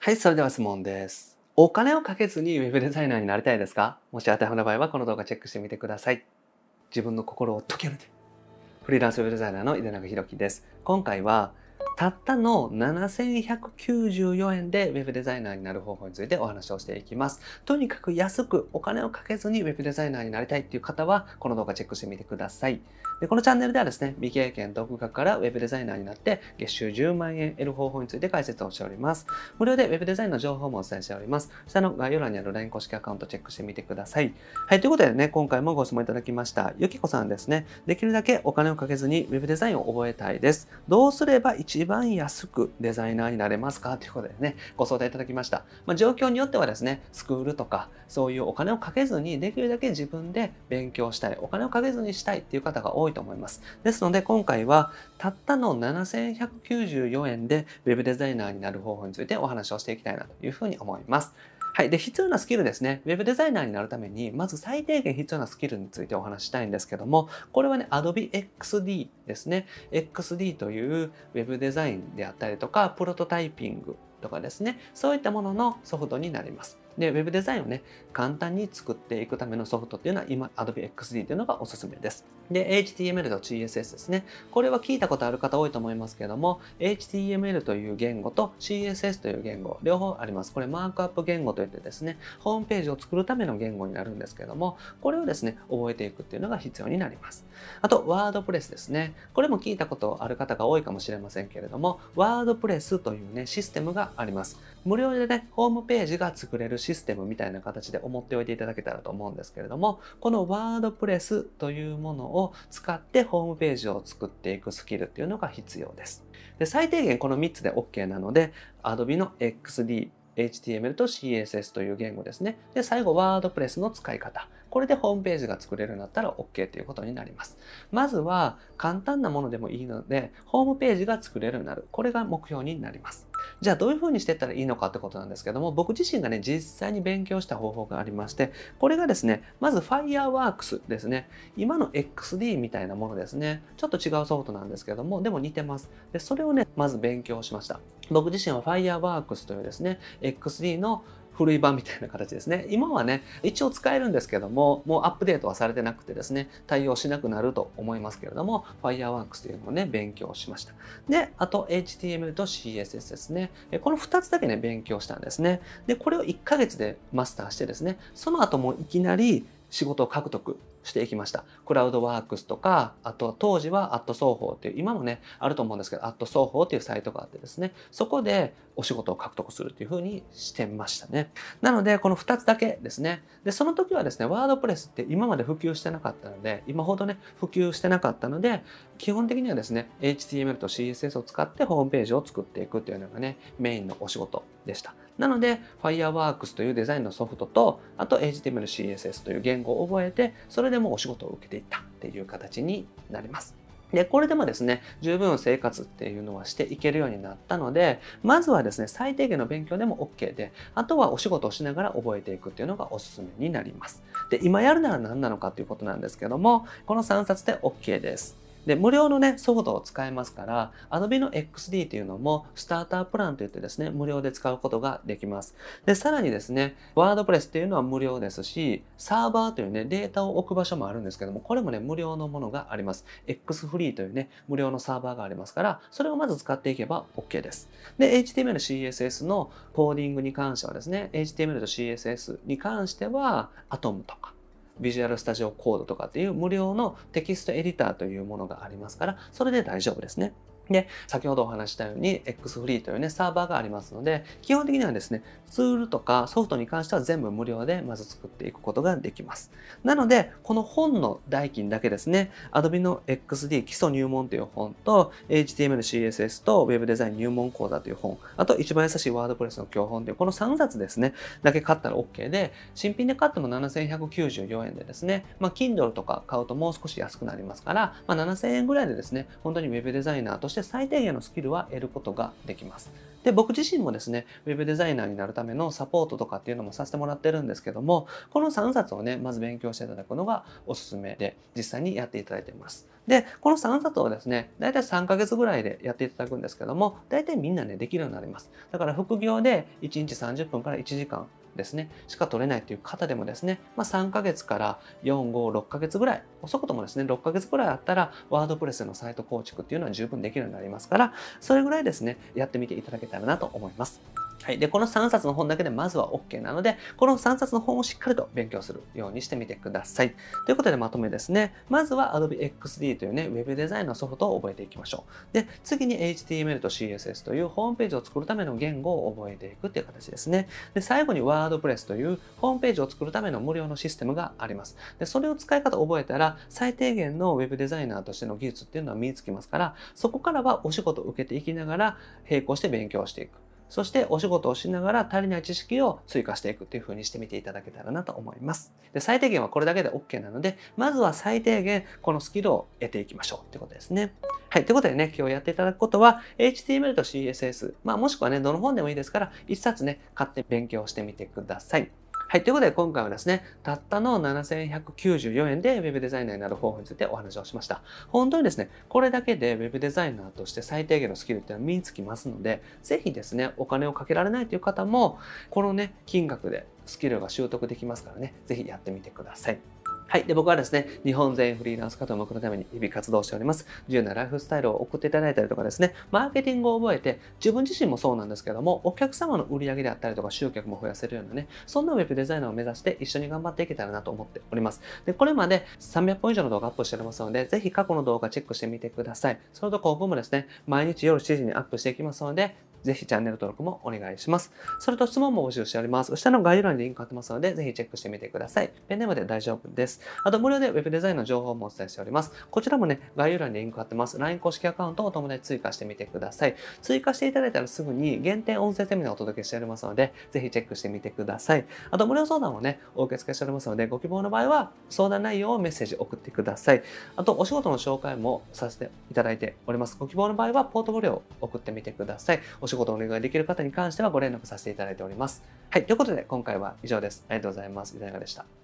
はい、それでは質問です。お金をかけずにウェブデザイナーになりたいですか？もし当てはまる場合はこの動画チェックしてみてください。自分の心を解けるで。フリーランスウェブデザイナーの井出永弘樹です。今回はたったの7194円でウェブデザイナーになる方法についてお話をしていきます。とにかく安くお金をかけずにウェブデザイナーになりたいっていう方はこの動画チェックしてみてください。でこのチャンネルではですね、未経験独学からウェブデザイナーになって月収10万円得る方法について解説をしております。無料でウェブデザインの情報もお伝えしております。下の概要欄にある LINE 公式アカウントチェックしてみてください。はい、ということでね、今回もご質問いただきました。ゆきこさんですね。できるだけお金をかけずにウェブデザインを覚えたいです。どうすれば一番安くデザイナーになれますかということでね、ご相談いただきました。状況によってはですね、スクールとか、そういうお金をかけずに、できるだけ自分で勉強したい、お金をかけずにしたいっていう方が多いと思います。ですので、今回は、たったの7194円でウェブデザイナーになる方法についてお話をしていきたいなというふうに思います。はい。で、必要なスキルですね。ウェブデザイナーになるために、まず最低限必要なスキルについてお話ししたいんですけども、これはね、Adobe XD ですね。XD というウェブデザインであったりとか、プロトタイピングとかですね。そういったもののソフトになります。で、ウェブデザインをね、簡単に作っていくためのソフトっていうのは、今、Adobe XD というのがおすすめです。で、HTML と CSS ですね。これは聞いたことある方多いと思いますけども、HTML という言語と CSS という言語、両方あります。これマークアップ言語といってですね、ホームページを作るための言語になるんですけども、これをですね、覚えていくっていうのが必要になります。あと、ワードプレスですね。これも聞いたことある方が多いかもしれませんけれども、ワードプレスというね、システムがあります。無料でね、ホームページが作れるシステムみたいな形で思っておいていただけたらと思うんですけれども、このワードプレスというものを使ってホームページを作っていくスキルっていうのが必要です。で、最低限この3つで OK なので、Adobe の XD、HTML と CSS という言語ですね。で、最後、ワードプレスの使い方。これでホームページが作れるようになったら OK ということになります。まずは、簡単なものでもいいので、ホームページが作れるようになる。これが目標になります。じゃあどういうふうにしていったらいいのかってことなんですけども、僕自身がね、実際に勉強した方法がありまして、これがですね、まず Fireworks ですね。今の XD みたいなものですね。ちょっと違うソフトなんですけども、でも似てます。で、それをね、まず勉強しました。僕自身は Fireworks というですね、XD の古い版みたいな形ですね。今はね、一応使えるんですけども、もうアップデートはされてなくてですね、対応しなくなると思いますけれども、Fireworks というのをね、勉強しました。で、あと HTML と CSS ですね。この2つだけね、勉強したんですね。で、これを1ヶ月でマスターしてですね、その後もいきなり仕事を獲得していきました。クラウドワークスとか、あと当時はアット双方っていう、今もね、あると思うんですけど、アット双方っていうサイトがあってですね、そこでお仕事を獲得するっていう風にしてましたね。なので、この2つだけですね。で、その時はですね、ワードプレスって今まで普及してなかったので、今ほどね、普及してなかったので、基本的にはですね、HTML と CSS を使ってホームページを作っていくっていうのがね、メインのお仕事でした。なので、Fireworks というデザインのソフトと、あと HTML、CSS という言語を覚えて、それでもうお仕事を受けていったっていう形になります。で、これでもですね、十分生活っていうのはしていけるようになったので、まずはですね、最低限の勉強でも OK で、あとはお仕事をしながら覚えていくっていうのがおすすめになります。で、今やるなら何なのかっていうことなんですけども、この3冊で OK です。で、無料のね、ソフトを使えますから、Adobe の XD っていうのも、スタータープランといってですね、無料で使うことができます。で、さらにですね、WordPress っていうのは無料ですし、サーバーというね、データを置く場所もあるんですけども、これもね、無料のものがあります。XFree というね、無料のサーバーがありますから、それをまず使っていけば OK です。で、HTML、CSS のコーディングに関してはですね、HTML と CSS に関しては、Atom とか、ビジュアルスタジオコードとかっていう無料のテキストエディターというものがありますから、それで大丈夫ですね。で、先ほどお話したように XFree というね、サーバーがありますので、基本的にはですね、ツールとかソフトに関しては全部無料でまず作っていくことができます。なので、この本の代金だけですね、Adobe の XD 基礎入門という本と、HTML、CSS と Web デザイン入門講座という本、あと一番優しい WordPress の教本というこの3冊ですね、だけ買ったら OK で、新品で買っても7194円でですね、Kindle とか買うともう少し安くなりますから、7000円ぐらいでですね、本当に Web デザイナーとしてして最低限のスキルは得ることができます。で、僕自身もですね、ウェブデザイナーになるためのサポートとかっていうのもさせてもらってるんですけども、この3冊をね、まず勉強していただくのがおすすめで、実際にやっていただいています。で、この3冊をですね、だいたい3ヶ月ぐらいでやっていただくんですけども、だいたいみんなね、できるようになります。だから副業で1日30分から1時間ですね、しか取れないっていう方でもですね、3ヶ月から4、5、6ヶ月ぐらい、遅くともですね、6ヶ月ぐらいあったら、ワードプレスのサイト構築っていうのは十分できるようになりますから、それぐらいですね、やってみていただけたらなと思います。はい。で、この3冊の本だけでまずは OK なので、この3冊の本をしっかりと勉強するようにしてみてください。ということでまとめですね。まずは Adobe XD というね、ウェブデザインのソフトを覚えていきましょう。で、次に HTML と CSS というホームページを作るための言語を覚えていくっていう形ですね。で、最後に WordPress というホームページを作るための無料のシステムがあります。で、それを使い方を覚えたら、最低限のウェブデザイナーとしての技術っていうのは身につきますから、そこからはお仕事を受けていきながら、並行して勉強していく。そしてお仕事をしながら足りない知識を追加していくっていう風にしてみていただけたらなと思います。で、最低限はこれだけで OK なので、まずは最低限このスキルを得ていきましょうってことですね。はい。ということでね、今日やっていただくことは HTML と CSS、もしくはね、どの本でもいいですから、一冊ね、買って勉強してみてください。はい。ということで、今回はですね、たったの7194円で Web デザイナーになる方法についてお話をしました。本当にですね、これだけで Web デザイナーとして最低限のスキルっていうのは身につきますので、ぜひですね、お金をかけられないという方も、このね、金額でスキルが習得できますからね、ぜひやってみてください。はい。で、僕はですね、日本全員フリーランス化と向くのために日々活動しております。自由なライフスタイルを送っていただいたりとかですね、マーケティングを覚えて、自分自身もそうなんですけども、お客様の売り上げであったりとか集客も増やせるようなね、そんなウェブデザイナーを目指して一緒に頑張っていけたらなと思っております。で、これまで300本以上の動画アップしておりますので、ぜひ過去の動画チェックしてみてください。それと今後もですね、毎日夜7時にアップしていきますので、ぜひチャンネル登録もお願いします。それと質問も募集しております。下の概要欄にリンク貼ってますので、ぜひチェックしてみてください。ペンネームで大丈夫です。あと、無料で Web デザインの情報もお伝えしております。こちらもね、概要欄にリンク貼ってます。LINE 公式アカウントをお友達追加してみてください。追加していただいたらすぐに限定音声セミナーをお届けしておりますので、ぜひチェックしてみてください。あと、無料相談もね、お受け付けしておりますので、ご希望の場合は相談内容をメッセージ送ってください。あと、お仕事の紹介もさせていただいております。ご希望の場合はポートフォリオを送ってみてください。お仕事をお願いできる方に関してはご連絡させていただいております。はい。ということで、今回は以上です。ありがとうございます。いかがでした？